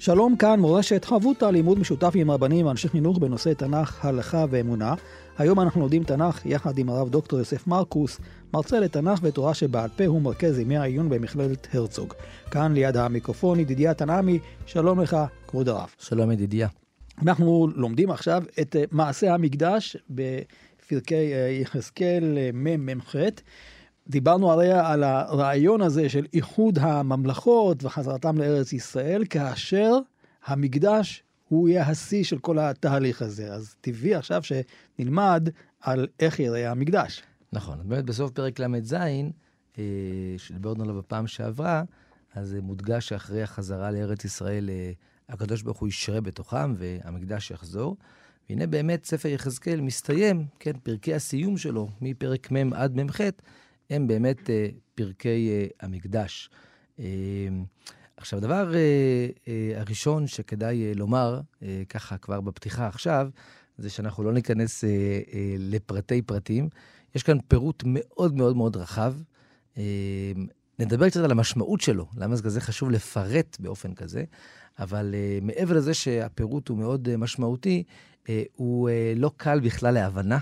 שלום, כאן מורשת חבותה, לימוד משותף עם רבנים ואנשי חינוך בנושא תנ"ך, הלכה ואמונה. היום אנחנו לומדים תנ"ך יחד עם הרב דוקטור יוסף מרקוס, מרצה לתנ"ך ותורה שבעל פה, הוא מרכז ימי העיון במכללת הרצוג. כאן ליד המיקרופון ידידיה תנעמי, שלום לך כבוד הרב. שלום ידידיה. אנחנו לומדים עכשיו את מעשה המקדש בפרקי יחזקאל מ"ח. דיברנו הרי על הרעיון הזה של איחוד הממלכות וחזרתם לארץ ישראל, כאשר המקדש הוא יהיה השיא של כל התהליך הזה. אז טבעי עכשיו שנלמד על איך יראה המקדש. נכון, באמת בסוף פרק ל"ז, שדיברנו עליו בפעם שעברה, אז מודגש שאחרי החזרה לארץ ישראל, הקדוש ברוך הוא ישרה בתוכם והמקדש יחזור. והנה באמת ספר יחזקאל מסתיים, כן, פרקי הסיום שלו, מפרק מ' עד מ"ח, הם באמת פרקי המקדש. עכשיו, הדבר הראשון שכדאי לומר, ככה כבר בפתיחה עכשיו, זה שאנחנו לא ניכנס לפרטי פרטים. יש כאן פירוט מאוד מאוד מאוד רחב. נדבר קצת על המשמעות שלו, למה זה כזה חשוב לפרט באופן כזה, אבל מעבר לזה שהפירוט הוא מאוד משמעותי, הוא לא קל בכלל להבנה.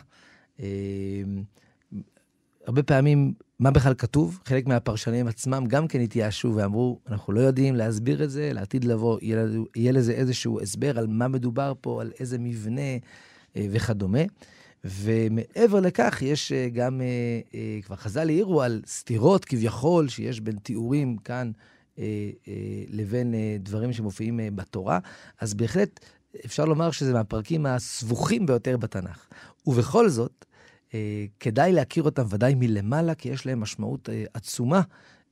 הרבה פעמים, מה בכלל כתוב? חלק מהפרשנים עצמם גם כן התייאשו ואמרו, אנחנו לא יודעים להסביר את זה, לעתיד לבוא, יהיה לזה איזשהו הסבר על מה מדובר פה, על איזה מבנה וכדומה. ומעבר לכך, יש גם, כבר חז"ל העירו על סתירות כביכול, שיש בין תיאורים כאן לבין דברים שמופיעים בתורה. אז בהחלט אפשר לומר שזה מהפרקים הסבוכים ביותר בתנ"ך. ובכל זאת, כדאי להכיר אותם ודאי מלמעלה, כי יש להם משמעות עצומה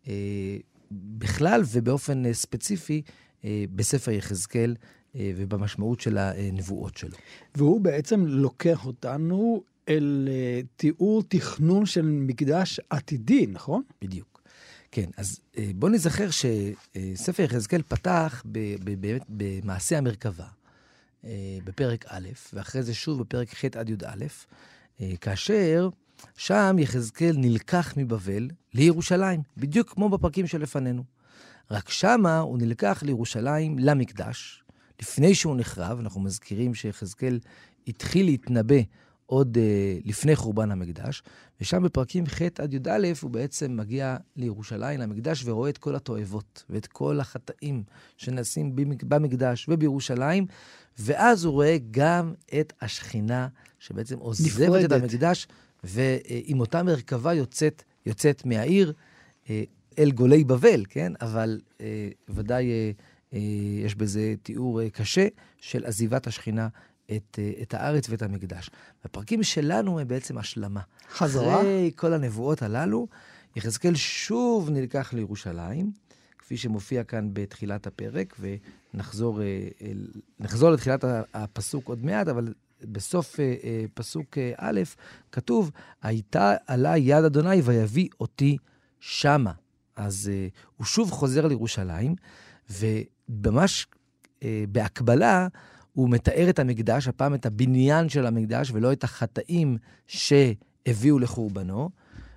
בכלל ובאופן ספציפי בספר יחזקאל ובמשמעות של הנבואות שלו. והוא בעצם לוקח אותנו אל תיאור תכנון של מקדש עתידי, נכון? בדיוק. כן, אז בוא נזכר שספר יחזקאל פתח באמת במעשה המרכבה, בפרק א', ואחרי זה שוב בפרק ח' עד י"א, כאשר שם יחזקאל נלקח מבבל לירושלים, בדיוק כמו בפרקים שלפנינו. רק שמה הוא נלקח לירושלים למקדש, לפני שהוא נחרב. אנחנו מזכירים שיחזקאל התחיל להתנבא עוד לפני חורבן המקדש, ושם בפרקים ח' עד י"א הוא בעצם מגיע לירושלים, למקדש, ורואה את כל התועבות ואת כל החטאים שנעשים במקדש ובירושלים, ואז הוא רואה גם את השכינה שבעצם עוזבת את המקדש, ועם אותה מרכבה יוצאת מהעיר אל גולי בבל, כן? אבל ודאי יש בזה תיאור קשה של עזיבת השכינה את הארץ ואת המקדש. הפרקים שלנו הם בעצם השלמה. חזרה. אחרי כל הנבואות הללו, יחזקאל שוב נלקח לירושלים, כפי שמופיע כאן בתחילת הפרק, ונחזור לתחילת הפסוק עוד מעט, אבל בסוף פסוק א', כתוב, הייתה עלי יד אדוני ויביא אותי שמה. אז הוא שוב חוזר לירושלים, וממש בהקבלה הוא מתאר את המקדש, הפעם את הבניין של המקדש, ולא את החטאים שהביאו לחורבנו.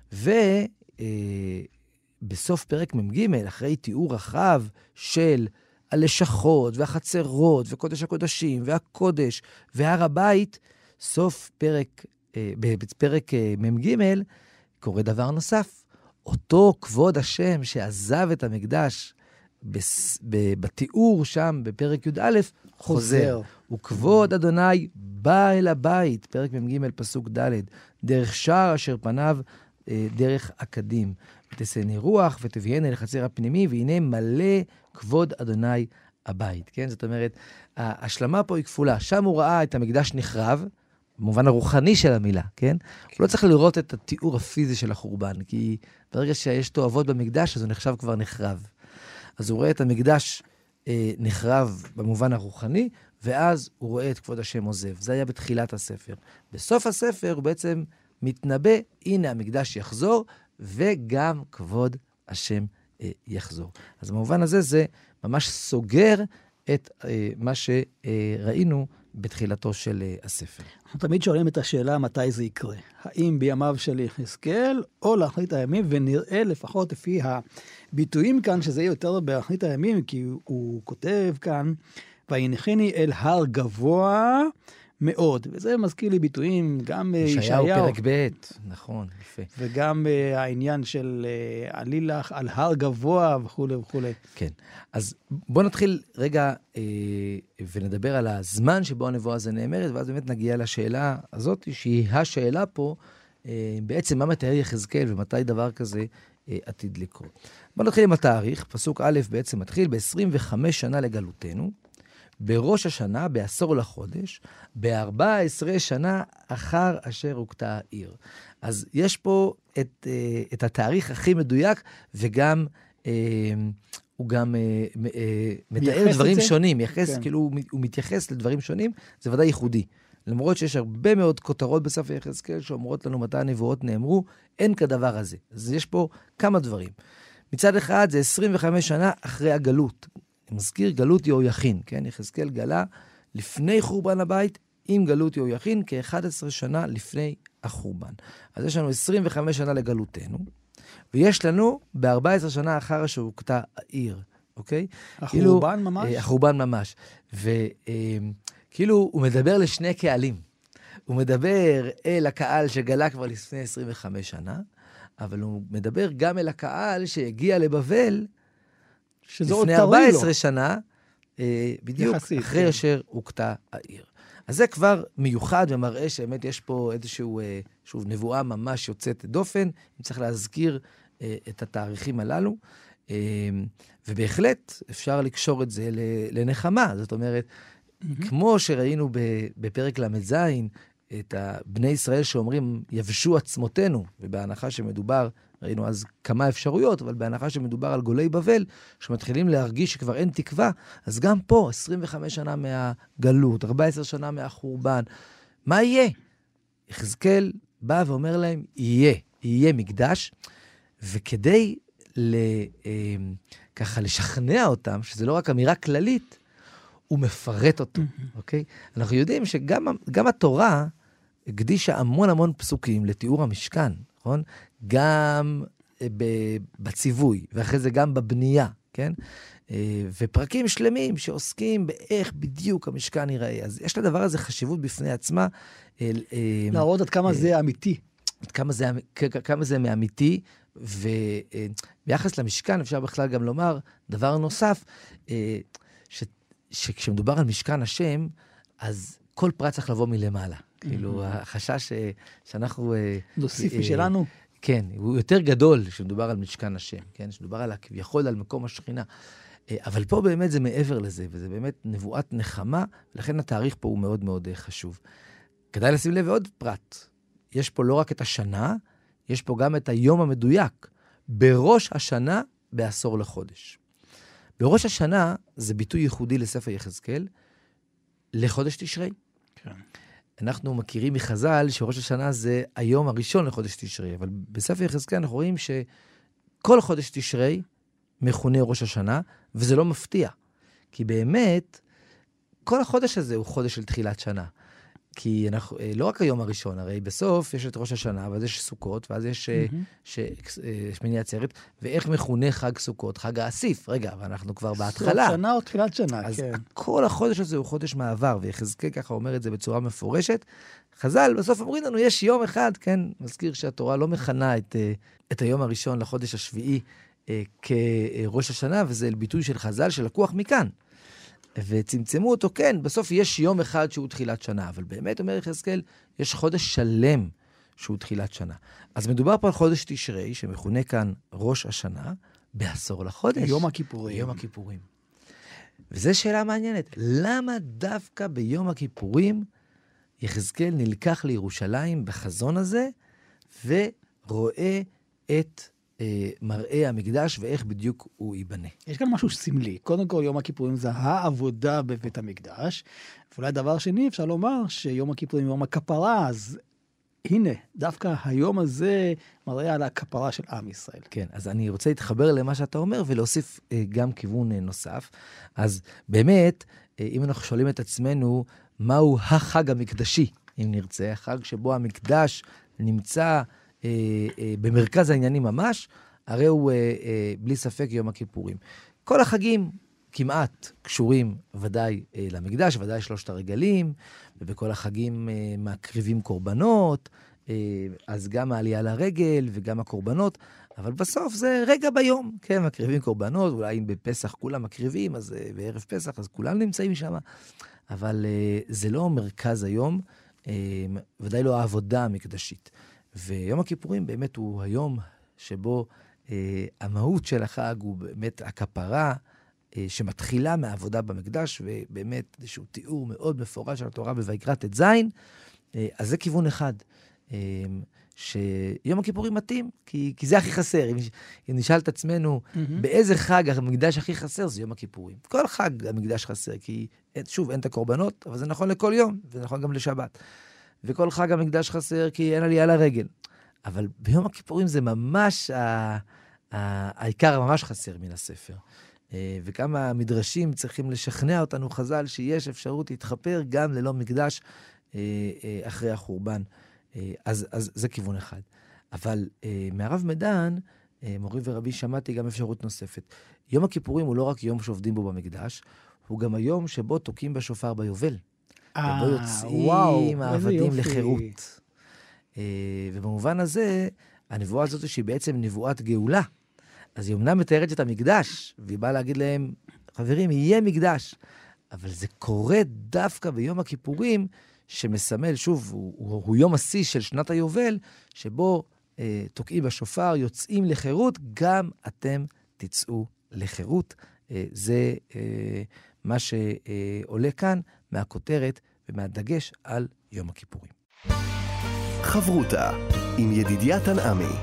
ובסוף פרק מ"ג, אחרי תיאור רחב של הלשכות והחצרות וקודש הקודשים והקודש והר הבית, סוף בפרק מ"ג קורה דבר נוסף. אותו כבוד השם שעזב את המקדש בתיאור שם בפרק י"א חוזר. וכבוד אדוני בא אל הבית, פרק מ"ג פסוק ד', דרך שער אשר פניו דרך עקדים. ותסעני רוח ותביאנה אל החצר הפנימי, והנה מלא כבוד אדוני הבית. כן? זאת אומרת, ההשלמה פה היא כפולה. שם הוא ראה את המקדש נחרב, במובן הרוחני של המילה, כן? הוא לא צריך לראות את התיאור הפיזי של החורבן, כי ברגע שיש תועבות במקדש, אז הוא נחשב כבר נחרב. אז הוא רואה את המקדש נחרב במובן הרוחני, ואז הוא רואה את כבוד השם עוזב. זה היה בתחילת הספר. בסוף הספר הוא בעצם מתנבא, הנה המקדש יחזור, וגם כבוד השם יחזור. אז במובן הזה זה ממש סוגר את מה שראינו בתחילתו של הספר. אנחנו תמיד שואלים את השאלה מתי זה יקרה. האם בימיו של יחזקאל או לאחרית הימים, ונראה לפחות לפי הביטויים כאן, שזה יותר באחרית הימים, כי הוא כותב כאן, וינחני אל הר גבוה מאוד. וזה מזכיר לי ביטויים גם ישעיהו פרק ב', נכון, יפה. וגם העניין של עלילך על הר גבוה וכו' וכו'. כן, אז בוא נתחיל רגע ונדבר על הזמן שבו הנבואה הזה נאמרת, ואז באמת נגיע לשאלה הזאת, שהיא השאלה פה, בעצם מה מתאר יחזקאל ומתי דבר כזה עתיד לקרות. בוא נתחיל עם התאריך, פסוק א' בעצם מתחיל ב-25 שנה לגלותנו, בראש השנה, בעשור לחודש, ב-14 שנה אחר אשר הוקטה העיר. אז יש פה את התאריך הכי מדויק, וגם הוא גם מתאר דברים שונים. כאילו הוא מתייחס לדברים שונים, זה ודאי ייחודי. למרות שיש הרבה מאוד כותרות בספר יחזקאל, שאומרות לנו מתי הנבואות נאמרו, אין כדבר הזה. אז יש פה כמה דברים. מצד אחד, זה 25 שנה אחרי הגלות. אני מזכיר גלות יהויכין, כן? יחזקאל גלה לפני חורבן הבית, עם גלות יהויכין, כ-11 שנה לפני החורבן. אז יש לנו 25 שנה לגלותנו, ויש לנו ב-14 שנה אחר שהוקטה העיר, אוקיי? החורבן ממש? החורבן ממש. וכאילו הוא מדבר לשני קהלים. הוא מדבר אל הקהל שגלה כבר לפני 25 שנה, אבל הוא מדבר גם אל הקהל שהגיע לבבל, לפני 14 שנה, בדיוק יחסית, אחרי אשר הוקטה העיר. אז זה כבר מיוחד ומראה שבאמת יש פה איזשהו, שוב, נבואה ממש יוצאת דופן, אם צריך להזכיר את התאריכים הללו, ובהחלט אפשר לקשור את זה לנחמה. זאת אומרת, כמו שראינו בפרק למ"ז, את בני ישראל שאומרים, יבשו עצמותינו, ובהנחה שמדובר, ראינו אז כמה אפשרויות, אבל בהנחה שמדובר על גולי בבל, שמתחילים להרגיש שכבר אין תקווה, אז גם פה, 25 שנה מהגלות, 14 שנה מהחורבן, מה יהיה? יחזקאל בא ואומר להם, יהיה מקדש, וכדי ככה לשכנע אותם, שזה לא רק אמירה כללית, הוא מפרט אותו, אוקיי? אנחנו יודעים שגם התורה הקדישה המון פסוקים לתיאור המשכן, נכון? גם בציווי, ואחרי זה גם בבנייה, כן? ופרקים שלמים שעוסקים באיך בדיוק המשכן ייראה. אז יש לדבר הזה חשיבות בפני עצמה. להראות עד כמה זה אמיתי. עד כמה זה מאמיתי, וביחס למשכן אפשר בכלל גם לומר דבר נוסף, שכשמדובר על משכן השם, אז כל פרט צריך לבוא מלמעלה. כאילו, החשש שאנחנו... נוסיף משלנו. כן, הוא יותר גדול כשמדובר על משכן השם, כן? כשמדובר על כביכול על מקום השכינה. אבל פה באמת זה מעבר לזה, וזה באמת נבואת נחמה, לכן התאריך פה הוא מאוד מאוד חשוב. כדאי לשים לב עוד פרט. יש פה לא רק את השנה, יש פה גם את היום המדויק. בראש השנה, בעשור לחודש. בראש השנה זה ביטוי ייחודי לספר יחזקאל, לחודש תשרי. כן. אנחנו מכירים מחז"ל שראש השנה זה היום הראשון לחודש תשרי, אבל בספר יחזקאל אנחנו רואים שכל חודש תשרי מכונה ראש השנה, וזה לא מפתיע. כי באמת, כל החודש הזה הוא חודש של תחילת שנה. כי אנחנו, לא רק היום הראשון, הרי בסוף יש את ראש השנה, ואז יש סוכות, ואז יש שמיני עצרת, ואיך מכונה חג סוכות? חג האסיף. רגע, ואנחנו כבר בהתחלה. סוף שנה או תחילת שנה, אז כן. כל החודש הזה הוא חודש מעבר, ויחזקאל ככה אומר את זה בצורה מפורשת. חז"ל בסוף אומרים לנו, יש יום אחד, כן, מזכיר שהתורה לא מכנה את היום הראשון לחודש השביעי כראש השנה, וזה ביטוי של חז"ל שלקוח מכאן. וצמצמו אותו, כן, בסוף יש יום אחד שהוא תחילת שנה, אבל באמת, אומר יחזקאל, יש חודש שלם שהוא תחילת שנה. אז מדובר פה על חודש תשרי, שמכונה כאן ראש השנה, בעשור לחודש. יום הכיפורים. יום הכיפורים. וזו שאלה מעניינת. למה דווקא ביום הכיפורים יחזקאל נלקח לירושלים בחזון הזה, ורואה את מראה המקדש ואיך בדיוק הוא ייבנה. יש כאן משהו סמלי. קודם כל, יום הכיפורים זה העבודה בבית המקדש. ואולי דבר שני, אפשר לומר שיום הכיפורים יום הכפרה, אז הנה, דווקא היום הזה מראה על הכפרה של עם ישראל. כן, אז אני רוצה להתחבר למה שאתה אומר ולהוסיף גם כיוון נוסף. אז באמת, אם אנחנו שואלים את עצמנו, מהו החג המקדשי, אם נרצה, החג שבו המקדש נמצא במרכז העניינים ממש, הרי הוא בלי ספק יום הכיפורים. כל החגים כמעט קשורים ודאי למקדש, ודאי 3 הרגלים, ובכל החגים מקריבים קורבנות, אז גם העלייה לרגל וגם הקורבנות, אבל בסוף זה רגע ביום, כן, מקריבים קורבנות, אולי אם בפסח כולם מקריבים, אז בערב פסח, אז כולם נמצאים שם, אבל זה לא מרכז היום, ודאי לא העבודה המקדשית. ויום הכיפורים באמת הוא היום שבו המהות של החג הוא באמת הכפרה, שמתחילה מהעבודה במקדש, ובאמת איזשהו תיאור מאוד מפורש של התורה בויקרא ט"ז, אז זה כיוון אחד. שיום הכיפורים מתאים, כי זה הכי חסר. אם נשאל את עצמנו, באיזה חג המקדש הכי חסר, זה יום הכיפורים. כל חג המקדש חסר, כי שוב, אין את הקורבנות, אבל זה נכון לכל יום, וזה נכון גם לשבת. וכל חג המקדש חסר, כי אין עלייה לרגל. אבל ביום הכיפורים זה ממש, העיקר ממש חסר מן הספר. וכמה המדרשים צריכים לשכנע אותנו, חז"ל, שיש אפשרות להתחפר גם ללא מקדש אחרי החורבן. אז זה כיוון אחד. אבל מהרב מדן, מורי ורבי, שמעתי גם אפשרות נוספת. יום הכיפורים הוא לא רק יום שעובדים בו במקדש, הוא גם היום שבו תוקעים בשופר ביובל. ובו יוצאים העבדים לחירות. ובמובן הזה, הנבואה הזאת שהיא בעצם נבואת גאולה. אז היא אמנם מתארת את המקדש, והיא באה להגיד להם, חברים, יהיה מקדש. אבל זה קורה דווקא ביום הכיפורים, שמסמל, שוב, הוא יום השיא של שנת היובל, שבו תוקעים בשופר, יוצאים לחירות, גם אתם תצאו לחירות. זה מה שעולה כאן מהכותרת ומהדגש על יום הכיפורים. חברותה עם ידידיה תנעמי.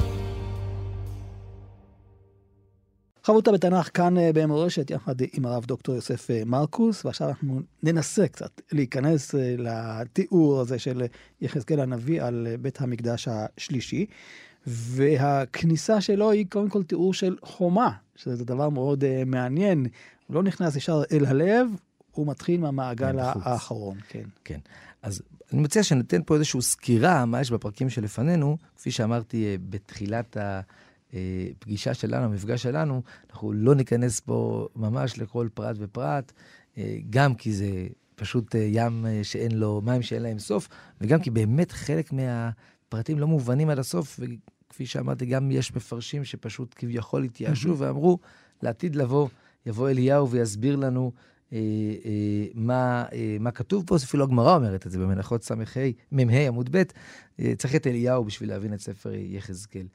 חברותה בתנ"ך כאן במורשת, יחד עם הרב דוקטור יוסף מרקוס, ועכשיו אנחנו ננסה קצת להיכנס לתיאור הזה של יחזקאל הנביא על בית המקדש השלישי, והכניסה שלו היא קודם כל תיאור של חומה, שזה דבר מאוד מעניין, הוא לא נכנס ישר אל הלב, הוא מתחיל מהמעגל האחרון. כן. כן. אז אני מציע שניתן פה איזושהי סקירה, מה יש בפרקים שלפנינו, כפי שאמרתי בתחילת פגישה שלנו, המפגש שלנו, אנחנו לא ניכנס פה ממש לכל פרט ופרט, גם כי זה פשוט ים שאין לו, מים שאין להם סוף, וגם כי באמת חלק מהפרטים לא מובנים עד הסוף, וכפי שאמרתי, גם יש מפרשים שפשוט כביכול התייאשו ואמרו, לעתיד לבוא, יבוא אליהו ויסביר לנו מה כתוב פה, אפילו הגמרא אומרת את זה, במנחות מ"ה עמוד ב', צריך את אליהו בשביל להבין את ספר יחזקאל.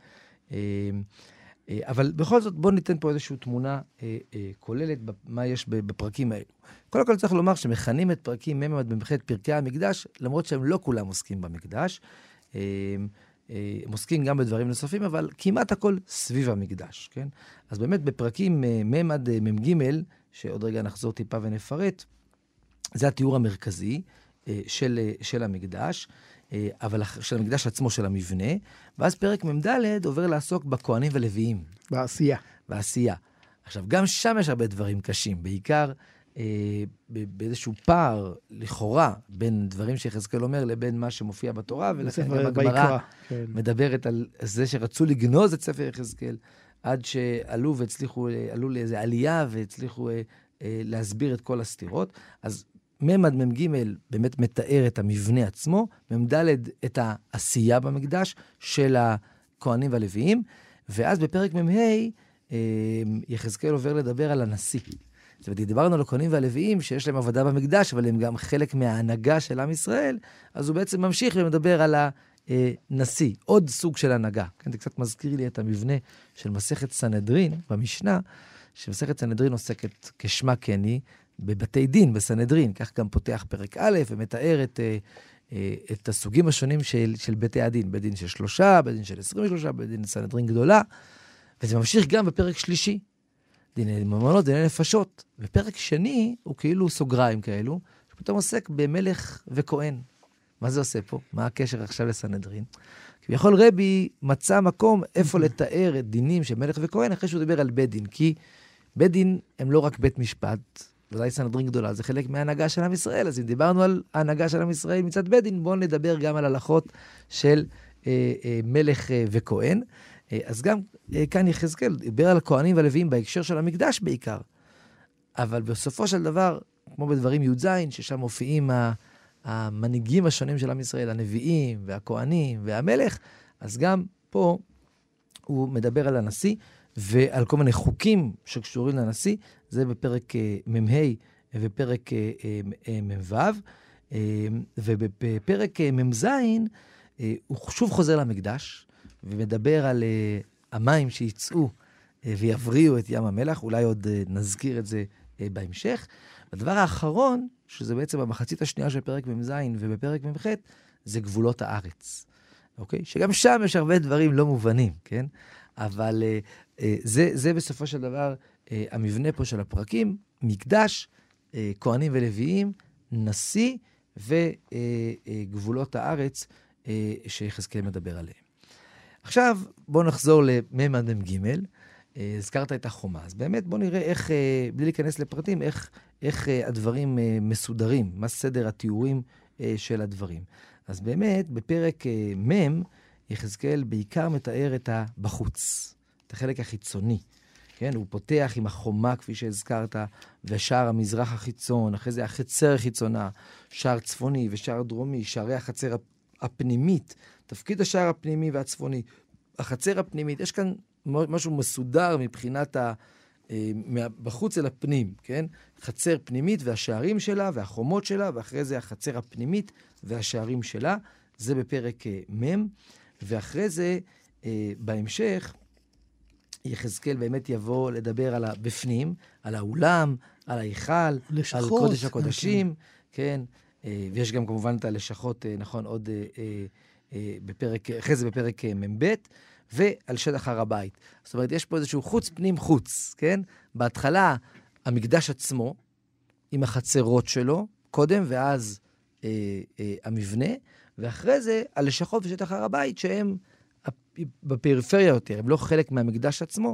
אבל בכל זאת בואו ניתן פה איזושהי תמונה כוללת מה יש בפרקים האלו. קודם כל צריך לומר שמכנים את פרקים מ' עד מ"ח פרקי המקדש, למרות שהם לא כולם עוסקים במקדש, הם עוסקים גם בדברים נוספים, אבל כמעט הכל סביב המקדש, כן? אז באמת בפרקים מ' עד מ"ג, שעוד רגע נחזור טיפה ונפרט, זה התיאור המרכזי של המקדש, אבל של המקדש עצמו, של המבנה, ואז פרק מ"ד עובר לעסוק בכהנים ולוויים. בעשייה. עכשיו, גם שם יש הרבה דברים קשים, בעיקר באיזשהו פער, לכאורה, בין דברים שיחזקאל אומר לבין מה שמופיע בתורה, ולכן גם הגמרא מדברת על זה שרצו לגנוז את ספר יחזקאל, עד שעלו והצליחו, עלו לאיזו עלייה והצליחו להסביר את כל הסתירות. אז מ' עד מ"ג באמת מתאר את המבנה עצמו, מ"ד את העשייה במקדש של הכהנים והלוויים, ואז בפרק מ"ה יחזקאל עובר לדבר על הנשיא. זאת אומרת, דיברנו על הכהנים והלוויים שיש להם עבודה במקדש, אבל הם גם חלק מההנהגה של עם ישראל, אז הוא בעצם ממשיך ומדבר על הנשיא, עוד סוג של הנהגה. כן, זה קצת מזכיר לי את המבנה של מסכת סנהדרין במשנה, שמסכת סנהדרין עוסקת כשמה כן היא, בבתי דין, בסנהדרין, כך גם פותח פרק א' ומתאר את הסוגים השונים של בתי הדין, בית דין של 3, בית דין של 23, בית דין סנהדרין גדולה, וזה ממשיך גם בפרק שלישי, דיני ממונות, דיני נפשות. בפרק שני הוא כאילו סוגריים כאלו, שפתאום עוסק במלך וכהן. מה זה עושה פה? מה הקשר עכשיו לסנהדרין? כביכול רבי מצא מקום איפה לתאר את דינים של מלך וכהן, אחרי שהוא דיבר על בית דין, כי בית דין הם לא רק בית משפט, ודאי סנהדרין גדולה, זה חלק מההנהגה של עם ישראל. אז אם דיברנו על ההנהגה של עם ישראל מצד בית דין, בואו נדבר גם על הלכות של מלך וכהן. אז גם כאן יחזקאל דיבר על הכהנים והלוויים בהקשר של המקדש בעיקר. אבל בסופו של דבר, כמו בדברים י"ז, ששם מופיעים המנהיגים השונים של עם ישראל, הנביאים והכהנים והמלך, אז גם פה הוא מדבר על הנשיא ועל כל מיני חוקים שקשורים לנשיא, זה בפרק מ"ה ופרק מ"ו, ובפרק מ"ז הוא שוב חוזר למקדש, ומדבר על המים שיצאו ויבריאו את ים המלח, אולי עוד נזכיר את זה בהמשך. הדבר האחרון, שזה בעצם המחצית השנייה של פרק מ"ז ובפרק מ"ח, זה גבולות הארץ. אוקיי? שגם שם יש הרבה דברים לא מובנים, כן? אבל זה בסופו של דבר המבנה פה של הפרקים, מקדש, כהנים ולוויים, נשיא וגבולות הארץ שיחזקאל מדבר עליהם. עכשיו בואו נחזור למ"ם עד מ"ג. הזכרת את החומה. אז באמת בואו נראה איך, בלי להיכנס לפרטים, איך הדברים מסודרים, מה סדר התיאורים של הדברים. אז באמת בפרק מ' יחזקאל בעיקר מתאר את הבחוץ, את החלק החיצוני. כן, הוא פותח עם החומה, כפי שהזכרת, ושער המזרח החיצון, אחרי זה החצר החיצונה, שער צפוני ושער דרומי, שערי החצר הפנימית, תפקיד השער הפנימי והצפוני, החצר הפנימית, יש כאן משהו מסודר מבחינת בחוץ אל הפנים, כן? חצר פנימית והשערים שלה והחומות שלה, ואחרי זה החצר הפנימית והשערים שלה, זה בפרק מ', ואחרי זה בהמשך, יחזקאל באמת יבוא לדבר על הבפנים, על האולם, על ההיכל, על קודש הקודשים, כן? ויש גם כמובן את הלשכות, נכון, עוד בפרק, אחרי זה בפרק מ"ב, ועל שטח הר הבית. זאת אומרת, יש פה איזשהו חוץ פנים חוץ, כן? בהתחלה המקדש עצמו, עם החצרות שלו, קודם ואז המבנה, ואחרי זה הלשכות ושטח הר הבית, שהם בפריפריה יותר, הם לא חלק מהמקדש עצמו,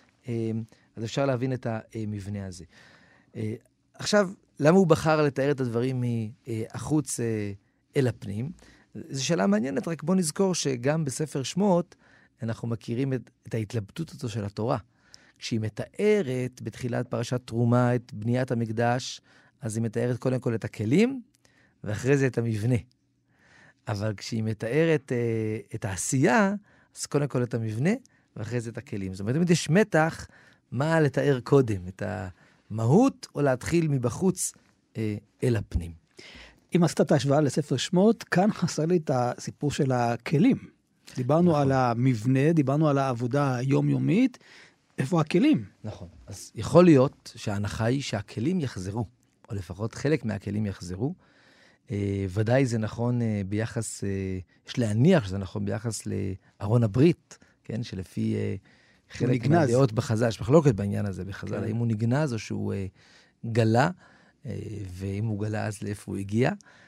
אז אפשר להבין את המבנה הזה. עכשיו, למה הוא בחר לתאר את הדברים מהחוץ אל הפנים? זו שאלה מעניינת, רק בוא נזכור שגם בספר שמות, אנחנו מכירים את ההתלבטות הזו של התורה. כשהיא מתארת בתחילת פרשת תרומה את בניית המקדש, אז היא מתארת קודם כל את הכלים, ואחרי זה את המבנה. אבל כשהיא מתארת את העשייה, אז קודם כל את המבנה, ואחרי זה את הכלים. זאת אומרת, תמיד יש מתח מה לתאר קודם, את המהות, או להתחיל מבחוץ אל הפנים. אם עשת את ההשוואה לספר שמות, כאן חסר לי את הסיפור של הכלים. דיברנו נכון. על המבנה, דיברנו על העבודה היומיומית, איפה הכלים? נכון. אז יכול להיות שההנחה היא שהכלים יחזרו, או לפחות חלק מהכלים יחזרו. ודאי זה נכון ביחס, יש להניח שזה נכון ביחס לארון הברית, כן? שלפי חלק מהדעות בחז"ל, יש מחלוקת בעניין הזה בחז"ל, כן. האם הוא נגנז או שהוא גלה, ואם הוא גלה אז לאיפה הוא הגיע.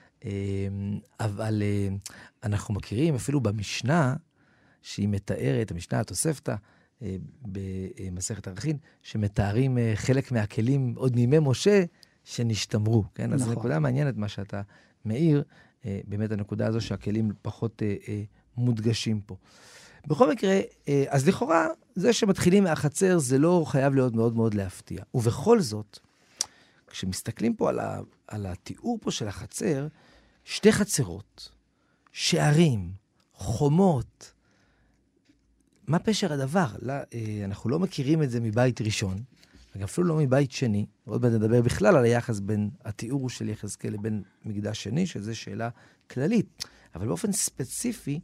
אבל אנחנו מכירים אפילו במשנה, שהיא מתארת, המשנה התוספתא, במסכת ערכין, שמתארים חלק מהכלים עוד מימי משה שנשתמרו. כן? נכון. אז זו נקודה מעניינת מה שאתה מאיר, באמת הנקודה הזו שהכלים פחות מודגשים פה. בכל מקרה, אז לכאורה, זה שמתחילים מהחצר זה לא חייב להיות מאוד מאוד להפתיע. ובכל זאת, כשמסתכלים פה על התיאור פה של החצר, שתי חצרות, שערים, חומות, מה פשר הדבר? אנחנו לא מכירים את זה מבית ראשון, אפילו לא מבית שני, עוד מעט נדבר בכלל על היחס בין התיאור של יחזקאל לבין מקדש שני, שזו שאלה כללית. אבל באופן ספציפי,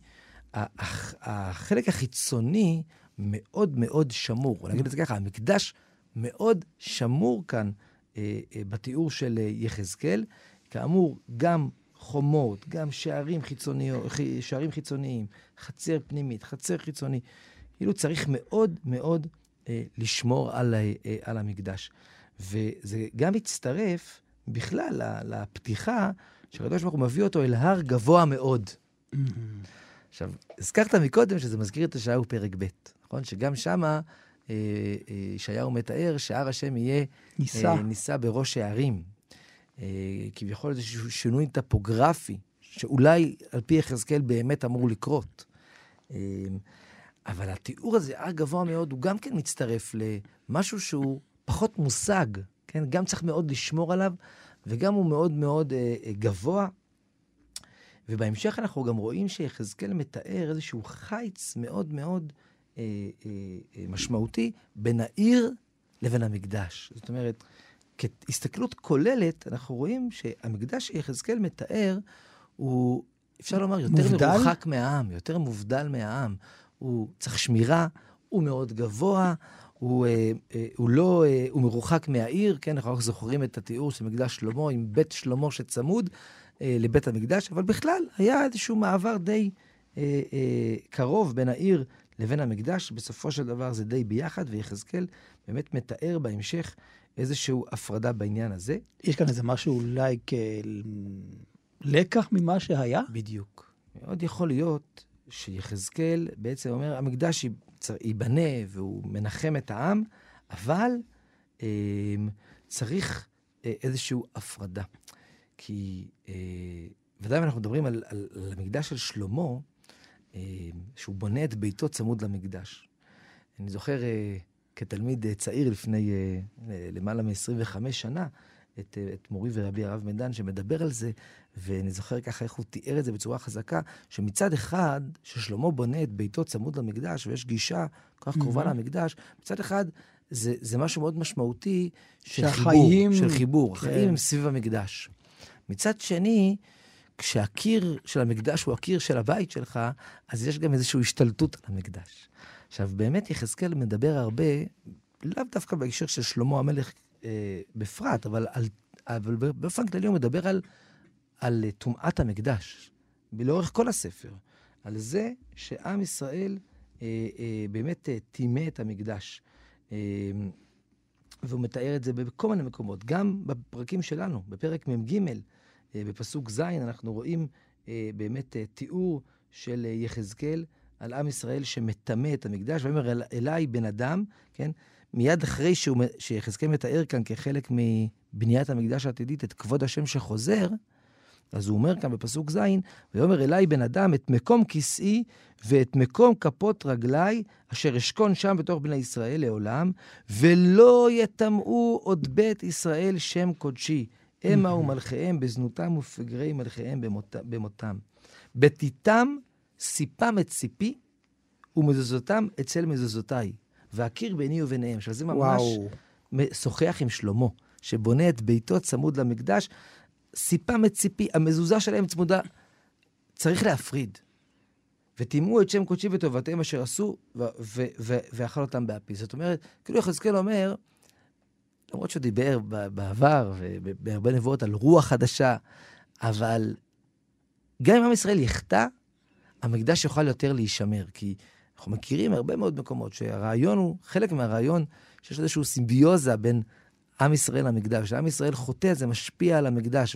החלק החיצוני מאוד מאוד שמור. נגיד את זה ככה, המקדש מאוד שמור כאן בתיאור של יחזקאל. כאמור, גם חומות, גם שערים חיצוניים, חצר פנימית, חצר חיצוני. כאילו צריך מאוד מאוד לשמור על המקדש. וזה גם מצטרף בכלל לפתיחה, שהקדוש ברוך הוא מביא אותו אל הר גבוה מאוד. עכשיו, הזכרת מקודם שזה מזכיר את ישעיהו פרק ב', נכון? שגם שמה ישעיהו מתאר שהר השם יהיה נישא בראש הערים. כביכול איזשהו שינוי טופוגרפי, שאולי על פי יחזקאל באמת אמור לקרות. אבל התיאור הזה, הר גבוה מאוד, הוא גם כן מצטרף למשהו שהוא פחות מושג, כן? גם צריך מאוד לשמור עליו, וגם הוא מאוד מאוד גבוה. ובהמשך אנחנו גם רואים שיחזקאל מתאר איזשהו חיץ מאוד מאוד משמעותי בין העיר לבין המקדש. זאת אומרת, כהסתכלות כוללת, אנחנו רואים שהמקדש שיחזקאל מתאר הוא, אפשר לומר, יותר מרוחק מהעם, יותר מובדל מהעם. הוא צריך שמירה, הוא מאוד גבוה, הוא מרוחק מהעיר, כן, אנחנו זוכרים את התיאור של מקדש שלמה עם בית שלמה שצמוד לבית המקדש, אבל בכלל היה איזשהו מעבר די קרוב בין העיר לבין המקדש, בסופו של דבר זה די ביחד, ויחזקאל באמת מתאר בהמשך איזשהו הפרדה בעניין הזה. יש כאן איזה משהו אולי כלקח ממה שהיה? בדיוק. מאוד יכול להיות שיחזקאל בעצם אומר, המקדש ייבנה והוא מנחם את העם, אבל צריך איזשהו הפרדה. כי ודאי אנחנו מדברים על המקדש של שלמה, שהוא בונה את ביתו צמוד למקדש. אני זוכר כתלמיד צעיר לפני למעלה מ-25 שנה, את מורי ורבי הרב מדן שמדבר על זה, ואני זוכר ככה איך הוא תיאר את זה בצורה חזקה, שמצד אחד, ששלמה בונה את ביתו צמוד למקדש, ויש גישה כל כך קרובה למקדש, מצד אחד זה משהו מאוד משמעותי של חיבור. החיים הם סביב המקדש. מצד שני, כשהקיר של המקדש הוא הקיר של הבית שלך, אז יש גם איזושהי השתלטות על המקדש. עכשיו, באמת יחזקאל מדבר הרבה, לאו דווקא בהקשר של שלמה המלך בפרט, אבל באופן כללי הוא מדבר על טומאת המקדש, לאורך כל הספר, על זה שעם ישראל באמת טימא את המקדש. והוא מתאר את זה בכל מיני מקומות, גם בפרקים שלנו, בפרק מ"ג, בפסוק ז', אנחנו רואים באמת תיאור של יחזקאל על עם ישראל שמטמא את המקדש, ואומר אליי בן אדם, כן? מיד אחרי שיחזקאל מתאר כאן כחלק מבניית המקדש העתידית את כבוד השם שחוזר, אז הוא אומר כאן בפסוק ז', ואומר אליי בן אדם את מקום כיסאי ואת מקום כפות רגלי, אשר אשכון שם בתוך בני ישראל לעולם, ולא יטמאו עוד בית ישראל שם קודשי, המה ומלכיהם בזנותם ופגרי מלכיהם במותם. בתיתם סיפם את סיפי, ומזוזותם אצל מזוזותיי. והקיר ביני וביניהם. עכשיו זה ממש שוחח עם שלמה, שבונה את ביתו צמוד למקדש, סיפם את ציפי, המזוזה שלהם צמודה, צריך להפריד. ותימו את שם קודשי וטובתהם אשר עשו, ואכל אותם באפי. זאת אומרת, כאילו יחזקאל אומר, למרות שהוא דיבר בעבר, ובהרבה נבואות על רוח חדשה, אבל גם אם עם ישראל יחטא, המקדש יוכל יותר להישמר, כי אנחנו מכירים הרבה מאוד מקומות שהרעיון הוא, חלק מהרעיון, שיש איזושהי סימביוזה בין עם ישראל למקדש. כשעם ישראל חוטא, זה משפיע על המקדש,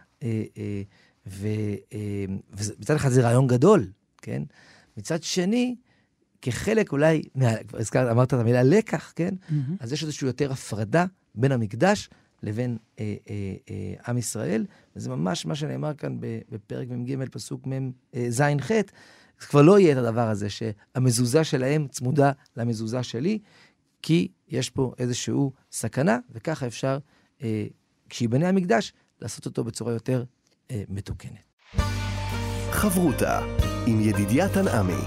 ומצד אחד זה רעיון גדול, כן? מצד שני, כחלק אולי, אמרת את המילה לקח, כן? אז יש איזושהי יותר הפרדה בין המקדש לבין עם ישראל, וזה ממש מה שנאמר כאן בפרק מ"ג פסוק ז'-ח', זה כבר לא יהיה את הדבר הזה שהמזוזה שלהם צמודה למזוזה שלי, כי יש פה איזשהו סכנה, וככה אפשר, כשיבנה המקדש, לעשות אותו בצורה יותר מתוקנת. חברותה עם ידידיה תנעמי.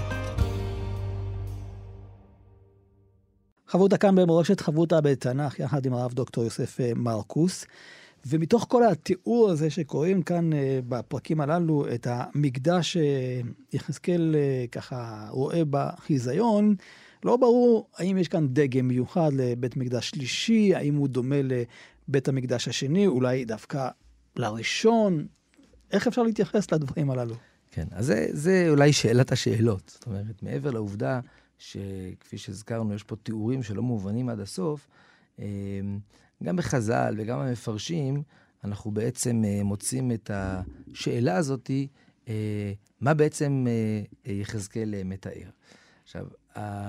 חברותה כאן במורשת חברותה בתנ"ך, יחד עם הרב דוקטור יוסף מרקוס. ומתוך כל התיאור הזה שקוראים כאן בפרקים הללו, את המקדש יחזקאל ככה רואה בחיזיון, לא ברור האם יש כאן דגם מיוחד לבית מקדש שלישי, האם הוא דומה לבית המקדש השני, אולי דווקא לראשון. איך אפשר להתייחס לדברים הללו? כן, אז זה אולי שאלת השאלות. זאת אומרת, מעבר לעובדה שכפי שהזכרנו, יש פה תיאורים שלא מובנים עד הסוף, גם בחז"ל וגם המפרשים, אנחנו בעצם מוצאים את השאלה הזאת, מה בעצם יחזקאל מתאר. עכשיו,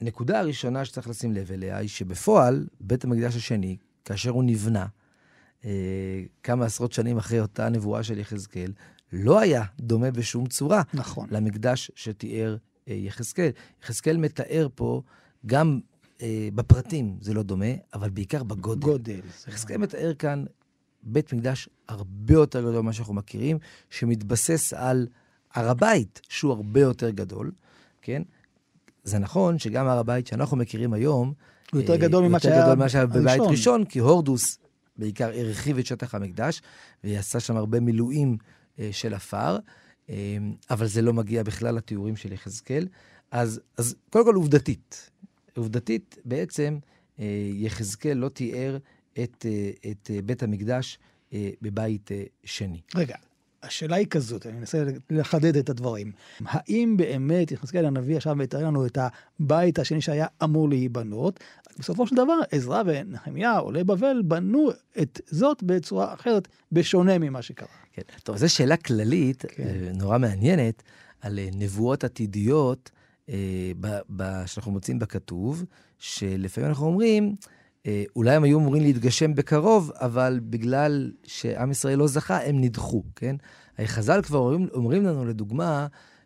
הנקודה הראשונה שצריך לשים לב אליה היא שבפועל, בית המקדש השני, כאשר הוא נבנה, כמה עשרות שנים אחרי אותה נבואה של יחזקאל, לא היה דומה בשום צורה נכון. למקדש שתיאר יחזקאל. יחזקאל מתאר פה גם בפרטים, זה לא דומה, אבל בעיקר בגודל. יחזקאל מתאר כאן בית מקדש הרבה יותר גדול ממה שאנחנו מכירים, שמתבסס על הר הבית, שהוא הרבה יותר גדול, כן? זה נכון שגם הר הבית שאנחנו מכירים היום, הוא יותר גדול ממה שהיה בבית ראשון, כי הורדוס בעיקר הרחיב את שטח המקדש, ויעשה שם הרבה מילואים של אפר, אבל זה לא מגיע בכלל לתיאורים של יחזקאל. אז קודם כל עובדתית בעצם יחזקאל לא תיאר את בית המקדש בבית שני. רגע, השאלה היא כזאת, אני מנסה לחדד את הדברים. האם באמת יחזקאל הנביא עכשיו מתאר לנו את הבית השני שהיה אמור להיבנות? בסופו של דבר, עזרא ונחמיה, עולי בבל, בנו את זאת בצורה אחרת, בשונה ממה שקרה. כן. טוב, זו שאלה כללית, נורא מעניינת, על נבואות עתידיות שאנחנו מוצאים בכתוב, שלפעמים אנחנו אומרים, אולי הם היו אמורים להתגשם בקרוב, אבל בגלל שעם ישראל לא זכה, הם נדחו, כן? חז"ל כבר אומרים לנו, לדוגמה,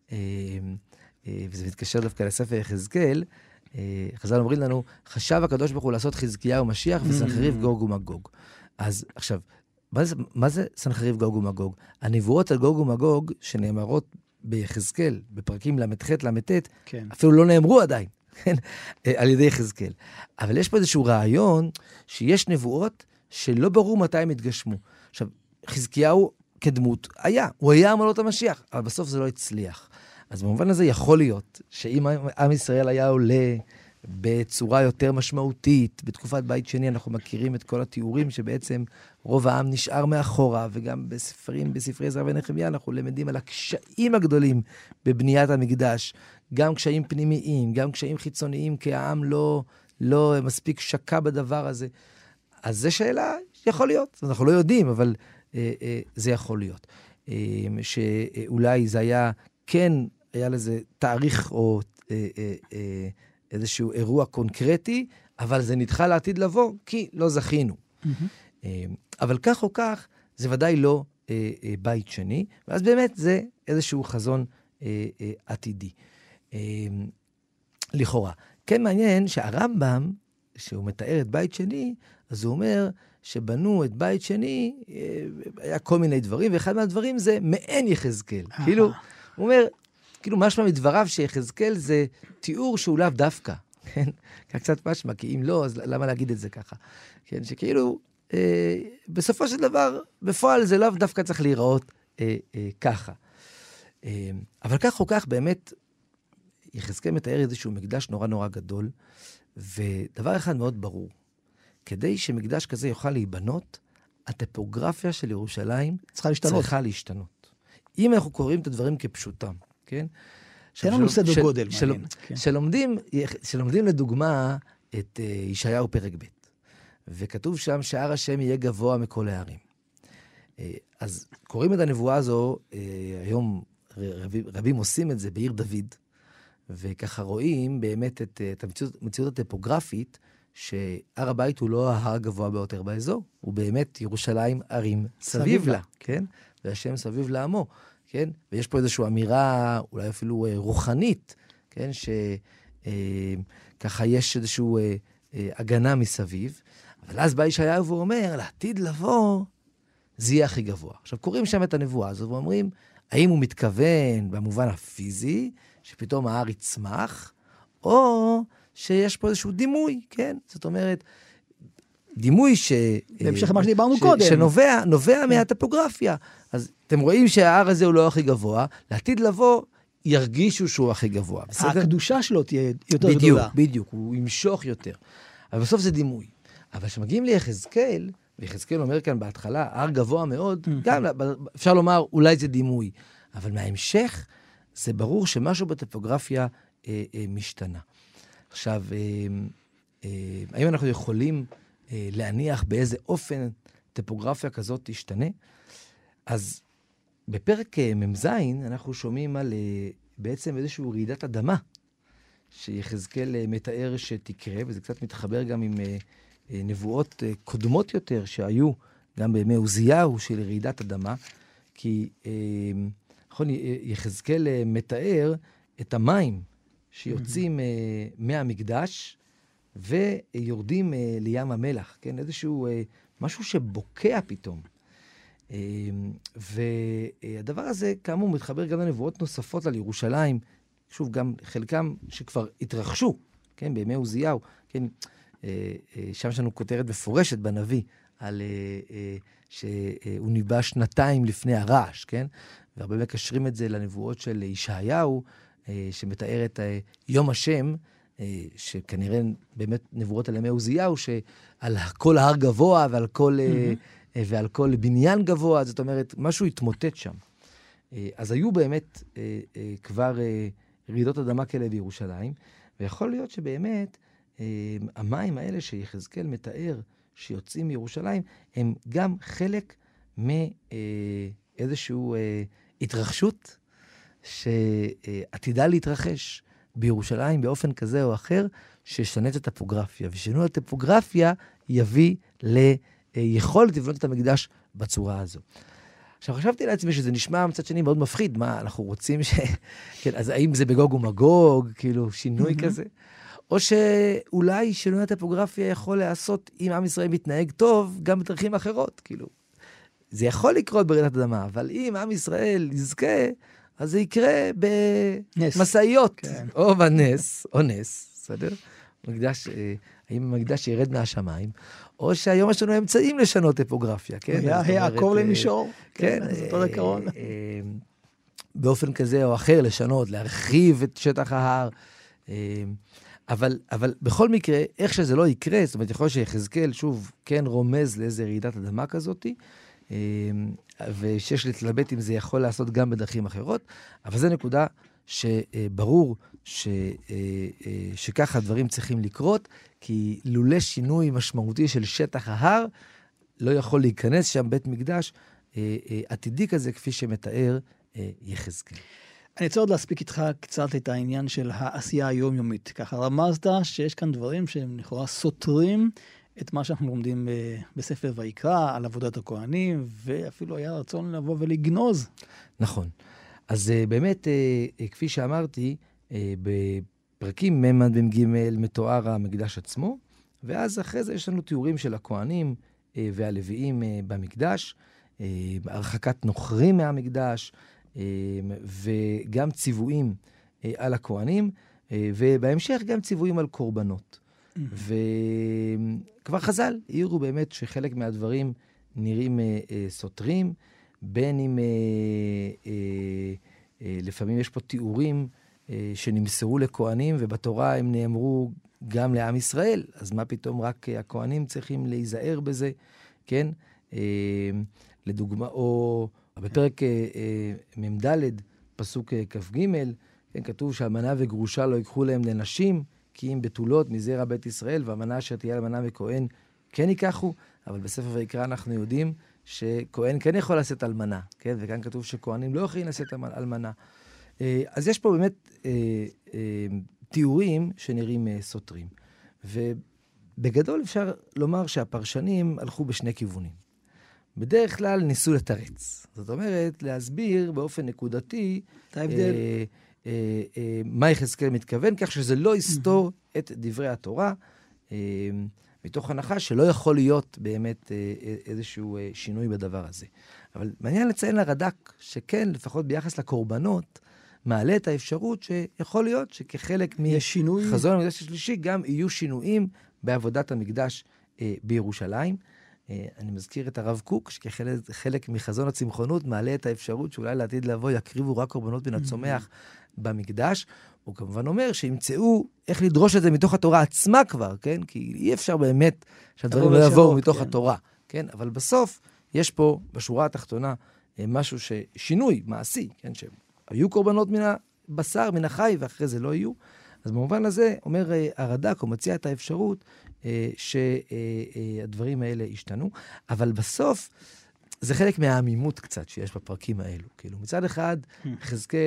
וזה מתקשר דווקא לספר יחזקאל, חז"ל אומרים לנו, חשב הקדוש ברוך הוא לעשות חזקיהו משיח וסנחריב גוג ומגוג. אז עכשיו, מה זה סנחריב גוג ומגוג? הנבואות על גוג ומגוג שנאמרות ביחזקאל, בפרקים למ"ח למ"ט, אפילו לא נאמרו עדיין. על ידי יחזקאל. אבל יש פה איזשהו רעיון שיש נבואות שלא ברור מתי הם התגשמו. עכשיו, חזקיהו כדמות הוא היה אמונות המשיח, אבל בסוף זה לא הצליח. אז במובן הזה יכול להיות שאם עם ישראל היה עולה בצורה יותר משמעותית, בתקופת בית שני אנחנו מכירים את כל התיאורים שבעצם רוב העם נשאר מאחורה, וגם בספרי עזרא ונחמיה אנחנו למדים על הקשיים הגדולים בבניית המקדש, גם קשיים פנימיים, גם קשיים חיצוניים, כי העם לא מספיק שקע בדבר הזה. אז זו שאלה, יכול להיות, אנחנו לא יודעים, אבל זה יכול להיות. שאולי זה היה לזה תאריך או איזשהו אירוע קונקרטי, אבל זה נדחה לעתיד לבוא, כי לא זכינו. אבל כך או כך, זה ודאי לא בית שני, ואז באמת זה איזשהו חזון עתידי. לכאורה. כן מעניין שהרמב"ם, שהוא מתאר את בית שני, אז הוא אומר שבנו את בית שני, היה כל מיני דברים, ואחד מהדברים זה מעין יחזקאל. כאילו, הוא אומר, כאילו משמע מדבריו שיחזקאל זה תיאור שהוא לאו דווקא, כן? קצת משמע, כי אם לא, אז למה להגיד את זה ככה? כן, שכאילו, בסופו של דבר, בפועל זה לאו דווקא צריך להיראות ככה. אבל כך או כך, באמת, יחזקאל מתאר איזשהו מקדש נורא נורא גדול, ודבר אחד מאוד ברור, כדי שמקדש כזה יוכל להיבנות, הטופוגרפיה של ירושלים צריכה להשתנות. אם אנחנו קוראים את הדברים כפשוטם, כן? תן לנו סדר גודל. שלומדים לדוגמה את ישעיהו פרק ב', וכתוב שם שהר השם יהיה גבוה מכל הערים. אז קוראים את הנבואה הזו, היום רבים עושים את זה בעיר דוד, וככה רואים באמת את המציאות הטופוגרפית, שהר הבית הוא לא ההר הגבוה ביותר באזור, הוא באמת ירושלים ערים סביב לה, כן? והשם סביב לעמו, כן? ויש פה איזושהי אמירה, אולי אפילו רוחנית, כן? שככה יש איזושהי הגנה מסביב, אבל אז בא ישעיהו והוא אומר, לעתיד לבוא, זה יהיה הכי גבוה. עכשיו, קוראים שם את הנבואה הזו, ואומרים, האם הוא מתכוון במובן הפיזי, שפתאום ההר יצמח, או שיש פה איזשהו דימוי, כן? זאת אומרת, דימוי בהמשך מה שדיברנו קודם. שנובע מהטופוגרפיה. אז אתם רואים שההר הזה הוא לא הכי גבוה, לעתיד לבוא ירגישו שהוא הכי גבוה. בסדר? הקדושה שלו תהיה יותר גדולה. בדיוק, הוא ימשוך יותר. אבל בסוף זה דימוי. אבל כשמגיעים ליחזקאל, ויחזקאל אומר כאן בהתחלה, הר גבוה מאוד, גם אפשר לומר, אולי זה דימוי. אבל מההמשך, זה ברור שמשהו בטופוגרפיה משתנה. עכשיו, האם אנחנו יכולים להניח באיזה אופן טופוגרפיה כזאת תשתנה? אז בפרק ממזין אנחנו שומעים על בעצם איזושהי רעידת אדמה שיחזקאל מתאר שתקרה, וזה קצת מתחבר גם עם נבואות קודמות יותר שהיו גם בימי עוזיהו של רעידת אדמה, כי נכון, יחזקאל מתאר את המים שיוצאים מהמקדש ויורדים לים המלח, כן? איזשהו משהו שבוקע פתאום. והדבר הזה, כאמור, מתחבר גם לנבואות נוספות על ירושלים, שוב, גם חלקם שכבר התרחשו, כן? בימי עוזיהו, כן? שם יש לנו כותרת מפורשת בנביא, על שהוא ניבא 2 לפני הרעש, כן? והרבה מקשרים את זה לנבואות של ישעיהו, שמתאר את יום השם, שכנראה באמת נבואות על ימי עוזיהו, שעל כל הר גבוה ועל כל בניין גבוה, זאת אומרת, משהו התמוטט שם. אז היו באמת כבר רעידות אדמה כאלה בירושלים, ויכול להיות שבאמת המים האלה שיחזקאל מתאר, שיוצאים מירושלים, הם גם חלק מאיזושהי התרחשות שעתידה להתרחש בירושלים באופן כזה או אחר, ששנה את הטופוגרפיה. ושינוי הטופוגרפיה יביא ליכולת לבנות את המקדש בצורה הזו. עכשיו, חשבתי לעצמי שזה נשמע מצד שני מאוד מפחיד. מה, אנחנו רוצים כן, אז האם זה בגוג ומגוג, כאילו שינוי כזה? או שאולי שינוי הטופוגרפיה יכול לעשות, אם עם ישראל מתנהג טוב, גם בדרכים אחרות, כאילו. זה יכול לקרות ברעידת אדמה, אבל אם עם ישראל יזכה, אז זה יקרה במסעיות, כן. או בנס, או נס, בסדר? האם המקדש ירד מהשמיים, או שהיום יש לנו אמצעים לשנות טופוגרפיה, כן? העקור למישור, כן, זה אותו עיקרון. באופן כזה או אחר לשנות, להרחיב את שטח ההר, אבל בכל מקרה, איך שזה לא יקרה, זאת אומרת, יכול שיחזקאל שוב כן רומז לאיזה רעידת אדמה כזאת, ושיש להתלבט אם זה יכול לעשות גם בדרכים אחרות, אבל זו נקודה שברור שככה הדברים צריכים לקרות, כי לולא שינוי משמעותי של שטח ההר, לא יכול להיכנס שם בית מקדש עתידי כזה, כפי שמתאר יחזקאל. אני רוצה עוד להספיק איתך קצת את העניין של העשייה היומיומית. ככה רמזת שיש כאן דברים שהם לכאורה סותרים את מה שאנחנו לומדים בספר ויקרא, על עבודת הכהנים, ואפילו היה רצון לבוא ולגנוז. נכון. אז באמת, כפי שאמרתי, בפרקים מ' מתואר המקדש עצמו, ואז אחרי זה יש לנו תיאורים של הכהנים והלוויים במקדש, הרחקת נוכרים מהמקדש, וגם ציוויים על הכהנים, ובהמשך גם ציוויים על קורבנות. וכבר חז"ל העירו באמת שחלק מהדברים נראים סותרים, בין אם לפעמים יש פה תיאורים שנמסרו לכהנים, ובתורה הם נאמרו גם לעם ישראל, אז מה פתאום רק הכהנים צריכים להיזהר בזה, כן? לדוגמה, או בפרק מ"ד, פסוק כ"ג, כן, כתוב שהאלמנה וגרושה לא ייקחו להם לנשים, כי אם בתולות מזרע בית ישראל, והאלמנה אשר תהיה אלמנה וכהן כן ייקחו, אבל בספר ויקרא אנחנו יודעים שכהן כן יכול לשאת אלמנה, כן? וכאן כתוב שכהנים לא יכולים לשאת אלמנה. אז יש פה באמת תיאורים שנראים סותרים. ובגדול אפשר לומר שהפרשנים הלכו בשני כיוונים. בדרך כלל ניסו לתרץ. זאת אומרת, להסביר באופן נקודתי את ההבדל. מה יחזקאל מתכוון, כך שזה לא יסתור את דברי התורה, מתוך הנחה שלא יכול להיות באמת איזשהו שינוי בדבר הזה. אבל מעניין לציין לרד"ק שכן, לפחות ביחס לקורבנות, מעלה את האפשרות שיכול להיות שכחלק מחזון המקדש השלישי, גם יהיו שינויים בעבודת המקדש בירושלים. אני מזכיר את הרב קוק, שכחלק מחזון הצמחונות, מעלה את האפשרות שאולי לעתיד לבוא יקריבו רק קורבנות מן הצומח במקדש. הוא כמובן אומר שימצאו איך לדרוש את זה מתוך התורה עצמה כבר, כן? כי אי אפשר באמת שהדברים לא יבואו מתוך התורה, כן? אבל בסוף יש פה בשורה התחתונה משהו ששינוי מעשי, כן? שהיו קורבנות מן הבשר, מן החי, ואחרי זה לא יהיו. אז במובן הזה אומר הרד"ק, הוא מציע את האפשרות שהדברים האלה השתנו, אבל בסוף זה חלק מהעמימות קצת שיש בפרקים האלו. כאילו מצד אחד, יחזקאל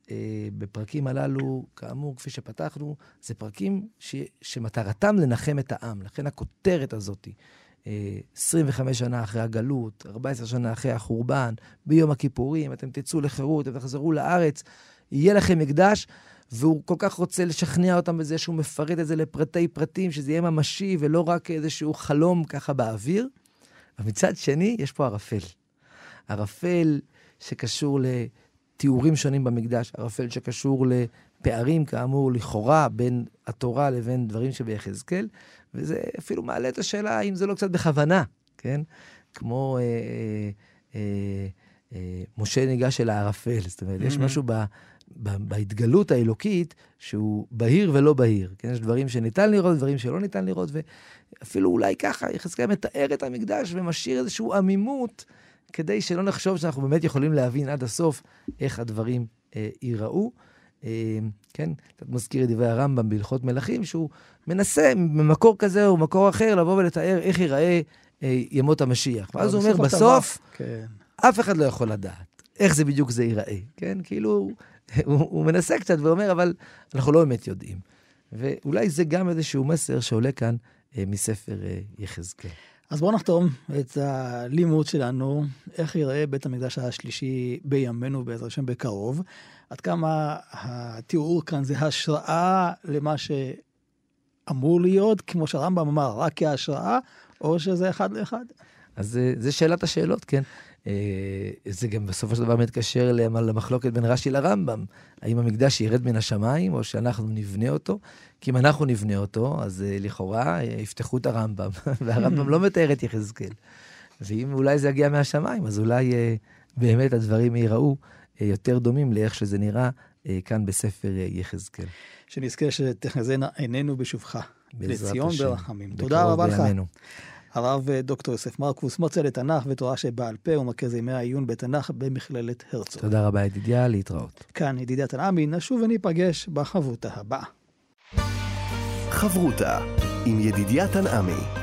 בפרקים הללו, כאמור, כפי שפתחנו, זה פרקים שמטרתם לנחם את העם. לכן הכותרת הזאת, 25 שנה אחרי הגלות, 14 שנה אחרי החורבן, ביום הכיפורים, אתם תצאו לחירות, אתם תחזרו לארץ, יהיה לכם מקדש, והוא כל כך רוצה לשכנע אותם בזה שהוא מפרט את זה לפרטי פרטים, שזה יהיה ממשי ולא רק איזשהו חלום ככה באוויר. ומצד שני, יש פה ערפל. ערפל שקשור לתיאורים שונים במקדש, ערפל שקשור לפערים, כאמור, לכאורה, בין התורה לבין דברים שביחזקאל, וזה אפילו מעלה את השאלה האם זה לא קצת בכוונה, כן? כמו משה ניגש אל הערפל, זאת אומרת, יש משהו בהתגלות האלוקית שהוא בהיר ולא בהיר, כן? יש דברים שניתן לראות, דברים שלא ניתן לראות, ואפילו אולי ככה יחזקאל מתאר את המקדש ומשאיר איזשהו עמימות, כדי שלא נחשוב שאנחנו באמת יכולים להבין עד הסוף איך הדברים ייראו. כן? אתה מזכיר את דברי הרמב"ם בהלכות מלכים, שהוא מנסה ממקור כזה או מקור אחר לבוא ולתאר איך ייראה ימות המשיח. ואז הוא אומר, בסוף, אף אחד לא יכול לדעת איך זה בדיוק זה ייראה. כן? כאילו, הוא מנסה קצת ואומר, אבל אנחנו לא באמת יודעים. ואולי זה גם איזשהו מסר שעולה כאן מספר יחזקאל. אז בואו נחתום את הלימוד שלנו, איך ייראה בית המקדש השלישי בימינו בעזרת השם בקרוב. עד כמה התיאור כאן זה השראה למה שאמור להיות, כמו שהרמב"ם אמר, רק כהשראה, או שזה אחד לאחד? אז זה שאלת השאלות, כן. זה גם בסופו של דבר מתקשר למחלוקת בין רש"י לרמב"ם. האם המקדש ירד מן השמיים, או שאנחנו נבנה אותו? כי אם אנחנו נבנה אותו, אז לכאורה יפתחו את הרמב"ם, והרמב"ם לא מתאר את יחזקאל. ואם אולי זה יגיע מהשמיים, אז אולי באמת הדברים ייראו יותר דומים לאיך שזה נראה כאן בספר יחזקאל. שנזכה שתחזינה עינינו בשובך. לציון ברחמים. תודה רבה לך. הרב דוקטור יוסף מרקוס, מרצה לתנ"ך ותורה שבעל פה ומרכז ימי העיון בתנ"ך במכללת הרצוג. תודה רבה ידידיה, להתראות. כאן ידידיה תנעמי, נשוב וניפגש בחברותה הבאה. חברותה עם ידידיה תנעמי.